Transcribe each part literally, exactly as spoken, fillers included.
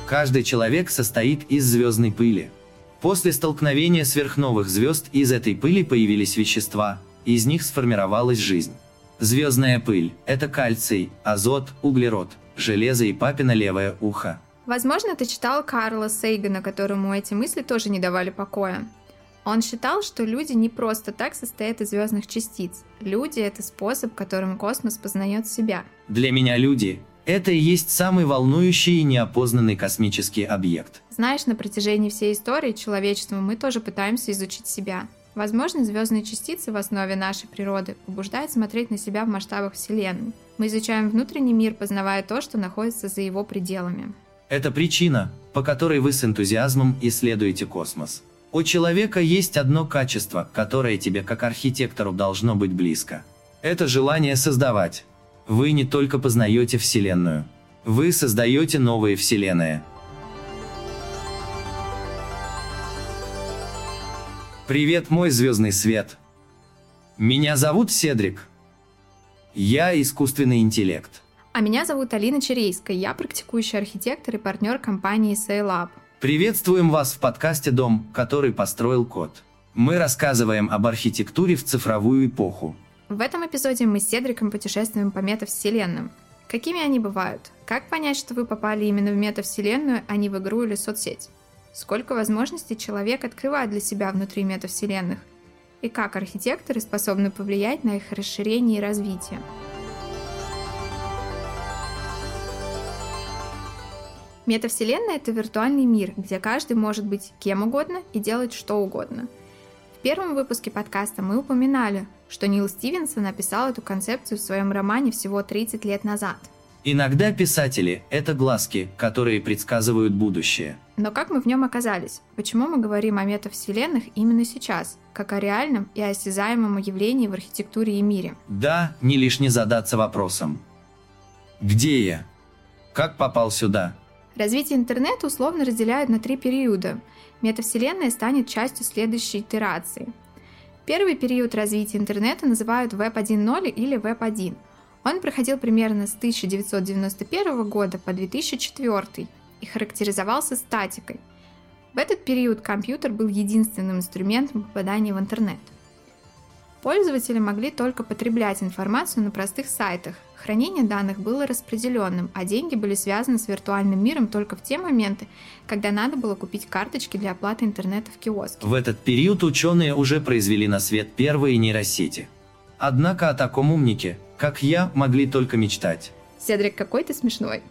Каждый человек состоит из звездной пыли. После столкновения сверхновых звезд из этой пыли появились вещества, из них сформировалась жизнь. Звездная пыль – это кальций, азот, углерод, железо и папино левое ухо. Возможно, ты читал Карла Сейгана, которому эти мысли тоже не давали покоя. Он считал, что люди не просто так состоят из звездных частиц. Люди – это способ, которым космос познает себя. Для меня люди – это и есть самый волнующий и неопознанный космический объект. Знаешь, на протяжении всей истории человечества мы тоже пытаемся изучить себя. Возможно, звездные частицы в основе нашей природы побуждают смотреть на себя в масштабах Вселенной. Мы изучаем внутренний мир, познавая то, что находится за его пределами. Это причина, по которой вы с энтузиазмом исследуете космос. У человека есть одно качество, которое тебе как архитектору должно быть близко. Это желание создавать. Вы не только познаете Вселенную. Вы создаете новые Вселенные. Привет, мой звездный свет. Меня зовут Седрик. Я искусственный интеллект. А меня зовут Алина Черейская, я практикующий архитектор и партнер компании Sailab. Приветствуем вас в подкасте «Дом, который построил кот». Мы рассказываем об архитектуре в цифровую эпоху. В этом эпизоде мы с Седриком путешествуем по метавселенным. Какими они бывают? Как понять, что вы попали именно в метавселенную, а не в игру или соцсеть? Сколько возможностей человек открывает для себя внутри метавселенных? И как архитекторы способны повлиять на их расширение и развитие? Метавселенная – это виртуальный мир, где каждый может быть кем угодно и делать что угодно. В первом выпуске подкаста мы упоминали, что Нил Стивенсон написал эту концепцию в своем романе всего тридцать лет назад. Иногда писатели – это глазки, которые предсказывают будущее. Но как мы в нем оказались? Почему мы говорим о метавселенных именно сейчас, как о реальном и осязаемом явлении в архитектуре и мире? Да, не лишне задаться вопросом. Где я? Как попал сюда? Развитие интернета условно разделяют на три периода. Метавселенная станет частью следующей итерации. Первый период развития интернета называют веб один ноль или веб один. Он проходил примерно с тысяча девятьсот девяносто первого года по две тысячи четвёртый и характеризовался статикой. В этот период компьютер был единственным инструментом попадания в интернет. Пользователи могли только потреблять информацию на простых сайтах, хранение данных было распределенным, а деньги были связаны с виртуальным миром только в те моменты, когда надо было купить карточки для оплаты интернета в киоске. В этот период ученые уже произвели на свет первые нейросети. Однако о таком умнике, как я, могли только мечтать. Седрик, какой ты смешной.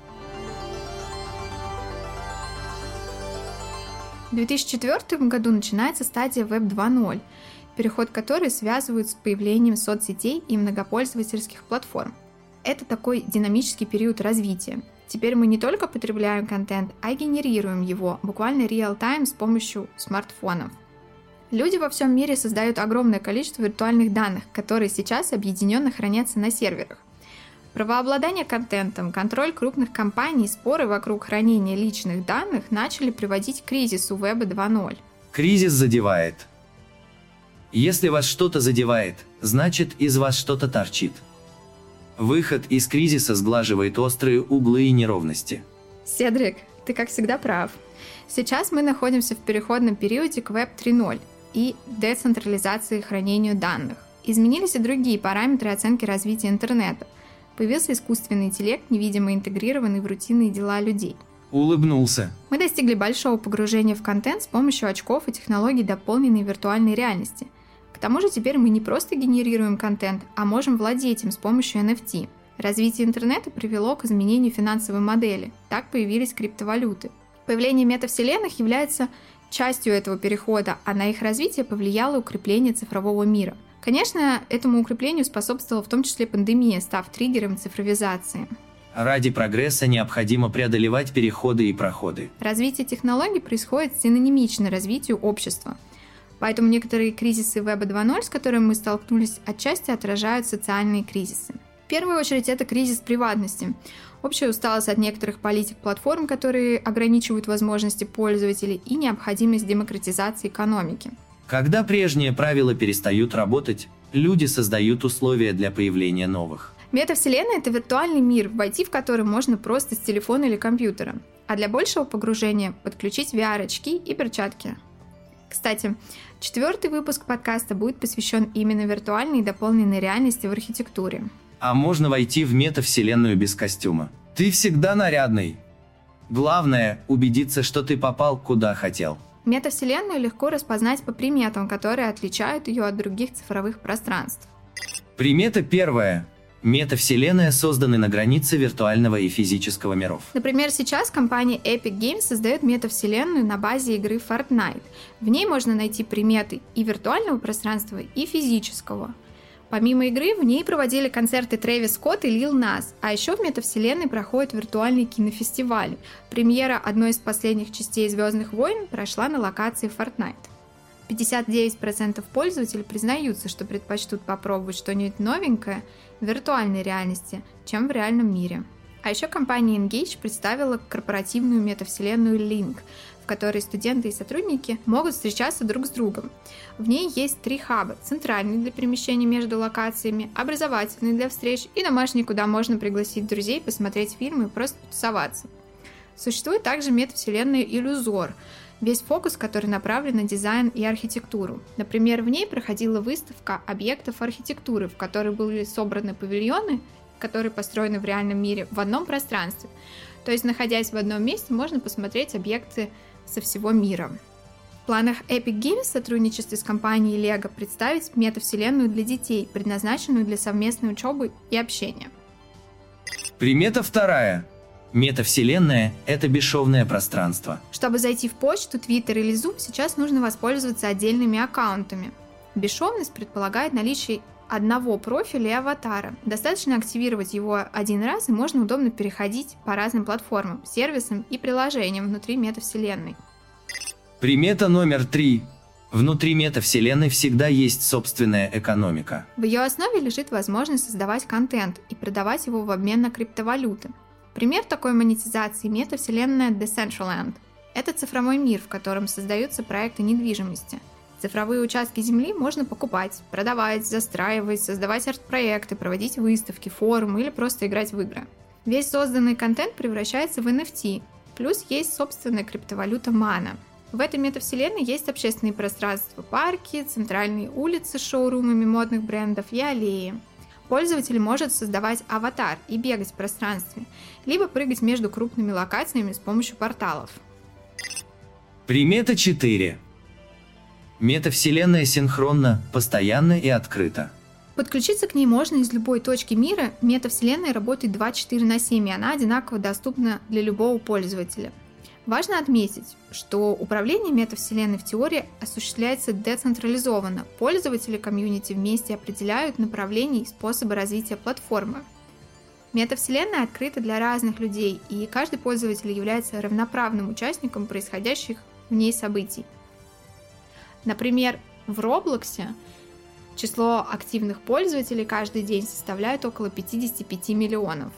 В две тысячи четвёртом году начинается стадия веб два ноль, переход которой связывают с появлением соцсетей и многопользовательских платформ. Это такой динамический период развития. Теперь мы не только потребляем контент, а и генерируем его, буквально реал-тайм с помощью смартфонов. Люди во всем мире создают огромное количество виртуальных данных, которые сейчас объединенно хранятся на серверах. Правообладание контентом, контроль крупных компаний, споры вокруг хранения личных данных начали приводить к кризису веба два ноль. Кризис задевает. Если вас что-то задевает, значит, из вас что-то торчит. Выход из кризиса сглаживает острые углы и неровности. Седрик, ты как всегда прав. Сейчас мы находимся в переходном периоде к веб три ноль и децентрализации хранению данных. Изменились и другие параметры оценки развития интернета. Появился искусственный интеллект, невидимо интегрированный в рутинные дела людей. Улыбнулся. Мы достигли большого погружения в контент с помощью очков и технологий дополненной виртуальной реальности. К тому же теперь мы не просто генерируем контент, а можем владеть им с помощью эн эф ти. Развитие интернета привело к изменению финансовой модели. Так появились криптовалюты. Появление метавселенных является частью этого перехода, а на их развитие повлияло укрепление цифрового мира. Конечно, этому укреплению способствовала в том числе пандемия, став триггером цифровизации. Ради прогресса необходимо преодолевать переходы и проходы. Развитие технологий происходит синонимично развитию общества. Поэтому некоторые кризисы веба два ноль, с которыми мы столкнулись, отчасти отражают социальные кризисы. В первую очередь это кризис приватности. Общая усталость от некоторых политик платформ, которые ограничивают возможности пользователей, и необходимость демократизации экономики. Когда прежние правила перестают работать, люди создают условия для появления новых. Метавселенная — это виртуальный мир, войти в который можно просто с телефона или компьютера. А для большего погружения подключить ви ар-очки и перчатки. Кстати, четвертый выпуск подкаста будет посвящен именно виртуальной и дополненной реальности в архитектуре. А можно войти в метавселенную без костюма. Ты всегда нарядный. Главное – убедиться, что ты попал куда хотел. Метавселенную легко распознать по приметам, которые отличают ее от других цифровых пространств. Примета первая. Метавселенная созданы на границе виртуального и физического миров. Например, сейчас компания Epic Games создает метавселенную на базе игры Fortnite. В ней можно найти приметы и виртуального пространства, и физического. Помимо игры, в ней проводили концерты Трэвис Скотт и Лил Нас, а еще в метавселенной проходит виртуальный кинофестиваль. Премьера одной из последних частей «Звездных войн» прошла на локации Fortnite. пятьдесят девять процентов пользователей признаются, что предпочтут попробовать что-нибудь новенькое в виртуальной реальности, чем в реальном мире. А еще компания Engage представила корпоративную метавселенную Link, в которой студенты и сотрудники могут встречаться друг с другом. В ней есть три хаба: центральный для перемещения между локациями, образовательный для встреч и домашний, куда можно пригласить друзей, посмотреть фильмы и просто потусоваться. Существует также метавселенная Иллюзор, весь фокус который направлен на дизайн и архитектуру. Например, в ней проходила выставка объектов архитектуры, в которой были собраны павильоны, которые построены в реальном мире в одном пространстве. То есть, находясь в одном месте, можно посмотреть объекты со всего мира. В планах Epic Games в сотрудничестве с компанией Lego представить метавселенную для детей, предназначенную для совместной учебы и общения. Примета вторая. Метавселенная – это бесшовное пространство. Чтобы зайти в почту, Twitter или Zoom, сейчас нужно воспользоваться отдельными аккаунтами. Бесшовность предполагает наличие одного профиля и аватара. Достаточно активировать его один раз, и можно удобно переходить по разным платформам, сервисам и приложениям внутри метавселенной. Примета номер три. Внутри метавселенной всегда есть собственная экономика. В ее основе лежит возможность создавать контент и продавать его в обмен на криптовалюты. Пример такой монетизации – метавселенная Decentraland. Это цифровой мир, в котором создаются проекты недвижимости. Цифровые участки земли можно покупать, продавать, застраивать, создавать арт-проекты, проводить выставки, форумы или просто играть в игры. Весь созданный контент превращается в эн эф ти, плюс есть собственная криптовалюта Mana. В этой метавселенной есть общественные пространства, парки, центральные улицы с шоурумами модных брендов и аллеи. Пользователь может создавать аватар и бегать в пространстве, либо прыгать между крупными локациями с помощью порталов. Примета четыре. Метавселенная синхронна, постоянна и открыта. Подключиться к ней можно из любой точки мира. Метавселенная работает двадцать четыре на семь, и она одинаково доступна для любого пользователя. Важно отметить, что управление метавселенной в теории осуществляется децентрализованно. Пользователи комьюнити вместе определяют направление и способы развития платформы. Метавселенная открыта для разных людей, и каждый пользователь является равноправным участником происходящих в ней событий. Например, в Роблоксе число активных пользователей каждый день составляет около пятьдесят пять миллионов.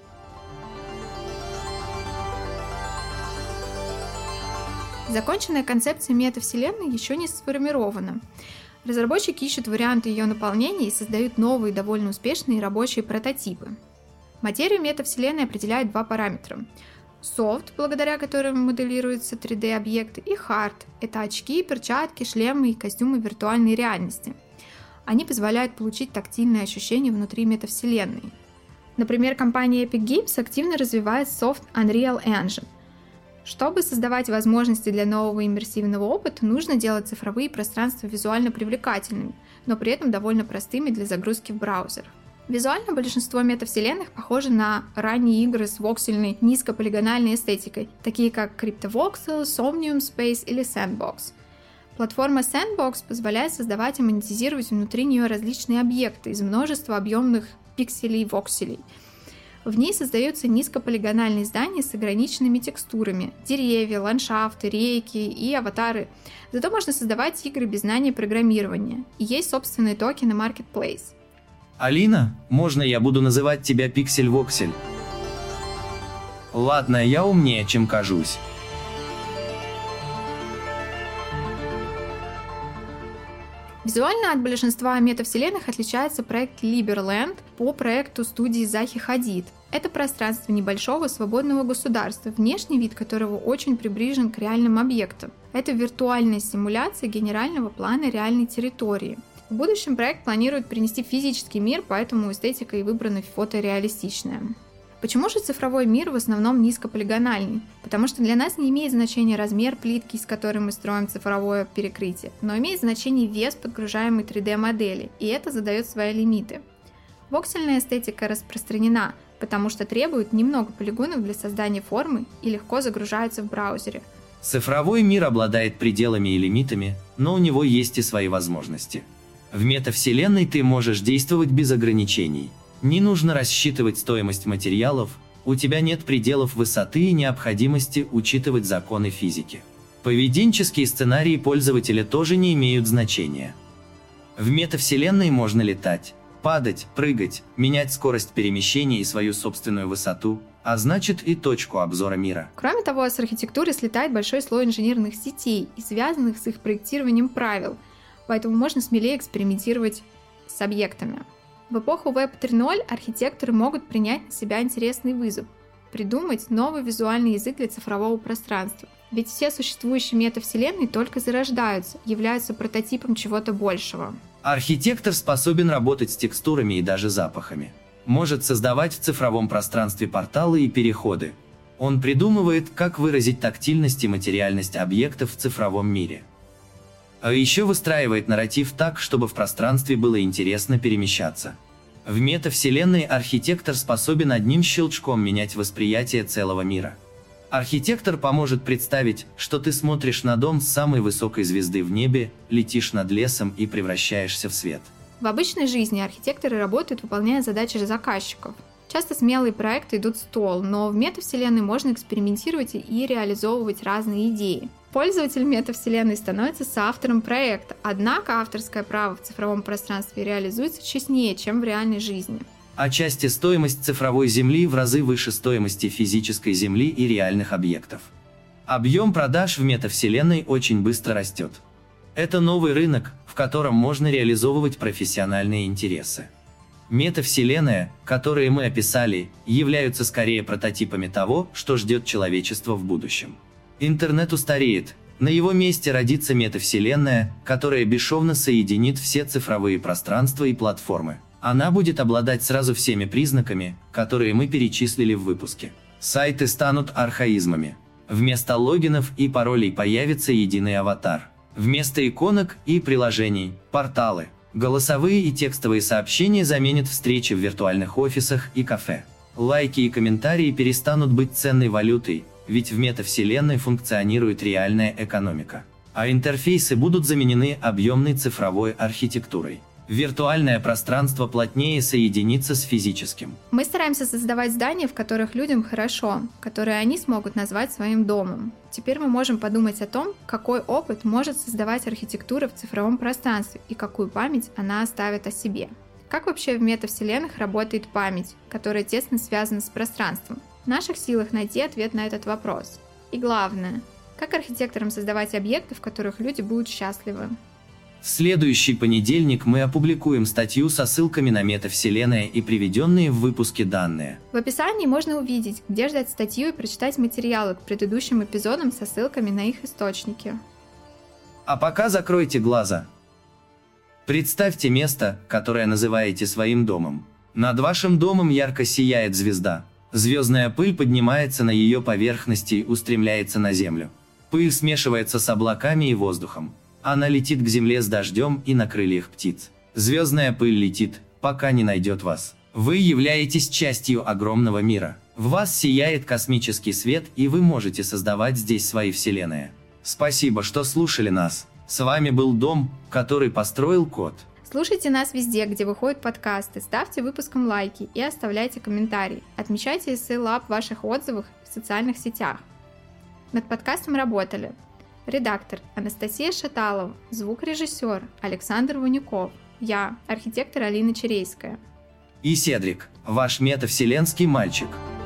Законченная концепция метавселенной еще не сформирована. Разработчики ищут варианты ее наполнения и создают новые, довольно успешные рабочие прототипы. Материю метавселенной определяют два параметра. Софт, благодаря которому моделируются три дэ-объекты, и хард – это очки, перчатки, шлемы и костюмы виртуальной реальности. Они позволяют получить тактильные ощущения внутри метавселенной. Например, компания Epic Games активно развивает софт Unreal Engine. Чтобы создавать возможности для нового иммерсивного опыта, нужно делать цифровые пространства визуально привлекательными, но при этом довольно простыми для загрузки в браузер. Визуально большинство метавселенных похожи на ранние игры с воксельной низкополигональной эстетикой, такие как CryptoVoxel, Somnium Space или Sandbox. Платформа Sandbox позволяет создавать и монетизировать внутри нее различные объекты из множества объемных пикселей-вокселей. В ней создаются низкополигональные здания с ограниченными текстурами, деревья, ландшафты, реки и аватары. Зато можно создавать игры без знания программирования. И есть собственные токены Marketplace. Алина, можно я буду называть тебя Пиксель-Воксель? Ладно, я умнее, чем кажусь. В Визуально от большинства метавселенных отличается проект Liberland по проекту студии Захи Хадид. Это пространство небольшого свободного государства, внешний вид которого очень приближен к реальным объектам. Это виртуальная симуляция генерального плана реальной территории. В будущем проект планирует принести физический мир, поэтому эстетика и выбрана фотореалистичная. Почему же цифровой мир в основном низкополигональный? Потому что для нас не имеет значения размер плитки, из которой мы строим цифровое перекрытие, но имеет значение вес подгружаемой три дэ модели, и это задает свои лимиты. Воксельная эстетика распространена, потому что требует немного полигонов для создания формы и легко загружается в браузере. Цифровой мир обладает пределами и лимитами, но у него есть и свои возможности. В метавселенной ты можешь действовать без ограничений. Не нужно рассчитывать стоимость материалов, у тебя нет пределов высоты и необходимости учитывать законы физики. Поведенческие сценарии пользователя тоже не имеют значения. В метавселенной можно летать, падать, прыгать, менять скорость перемещения и свою собственную высоту, а значит и точку обзора мира. Кроме того, с архитектуры слетает большой слой инженерных сетей и связанных с их проектированием правил, поэтому можно смелее экспериментировать с объектами. В эпоху веб три ноль архитекторы могут принять на себя интересный вызов – придумать новый визуальный язык для цифрового пространства. Ведь все существующие метавселенные только зарождаются, являются прототипом чего-то большего. Архитектор способен работать с текстурами и даже запахами. Может создавать в цифровом пространстве порталы и переходы. Он придумывает, как выразить тактильность и материальность объектов в цифровом мире. А еще выстраивает нарратив так, чтобы в пространстве было интересно перемещаться. В метавселенной архитектор способен одним щелчком менять восприятие целого мира. Архитектор поможет представить, что ты смотришь на дом с самой высокой звезды в небе, летишь над лесом и превращаешься в свет. В обычной жизни архитекторы работают, выполняя задачи заказчиков. Часто смелые проекты идут в стол, но в метавселенной можно экспериментировать и реализовывать разные идеи. Пользователь метавселенной становится соавтором проекта, однако авторское право в цифровом пространстве реализуется честнее, чем в реальной жизни. Отчасти стоимость цифровой земли в разы выше стоимости физической земли и реальных объектов. Объем продаж в метавселенной очень быстро растет. Это новый рынок, в котором можно реализовывать профессиональные интересы. Метавселенная, которые мы описали, являются скорее прототипами того, что ждет человечество в будущем. Интернет устареет, на его месте родится метавселенная, которая бесшовно соединит все цифровые пространства и платформы. Она будет обладать сразу всеми признаками, которые мы перечислили в выпуске. Сайты станут архаизмами. Вместо логинов и паролей появится единый аватар. Вместо иконок и приложений – порталы. Голосовые и текстовые сообщения заменят встречи в виртуальных офисах и кафе. Лайки и комментарии перестанут быть ценной валютой, ведь в метавселенной функционирует реальная экономика. А интерфейсы будут заменены объемной цифровой архитектурой. Виртуальное пространство плотнее соединится с физическим. Мы стараемся создавать здания, в которых людям хорошо, которые они смогут назвать своим домом. Теперь мы можем подумать о том, какой опыт может создавать архитектура в цифровом пространстве и какую память она оставит о себе. Как вообще в метавселенных работает память, которая тесно связана с пространством? В наших силах найти ответ на этот вопрос. И главное, как архитекторам создавать объекты, в которых люди будут счастливы? В следующий понедельник мы опубликуем статью со ссылками на метавселенные и приведенные в выпуске данные. В описании можно увидеть, где ждать статью и прочитать материалы к предыдущим эпизодам со ссылками на их источники. А пока закройте глаза. Представьте место, которое называете своим домом. Над вашим домом ярко сияет звезда. Звездная пыль поднимается на ее поверхности и устремляется на землю. Пыль смешивается с облаками и воздухом. Она летит к земле с дождем и на крыльях птиц. Звездная пыль летит, пока не найдет вас. Вы являетесь частью огромного мира. В вас сияет космический свет, и вы можете создавать здесь свои вселенные. Спасибо, что слушали нас. С вами был дом, который построил кот. Слушайте нас везде, где выходят подкасты, ставьте выпускам лайки и оставляйте комментарии. Отмечайте эс эл лаб в ваших отзывах в социальных сетях. Над подкастом работали редактор Анастасия Шаталова, звукорежиссер Александр Ванюков, я, архитектор Алина Черейская. И Седрик, ваш метавселенский мальчик.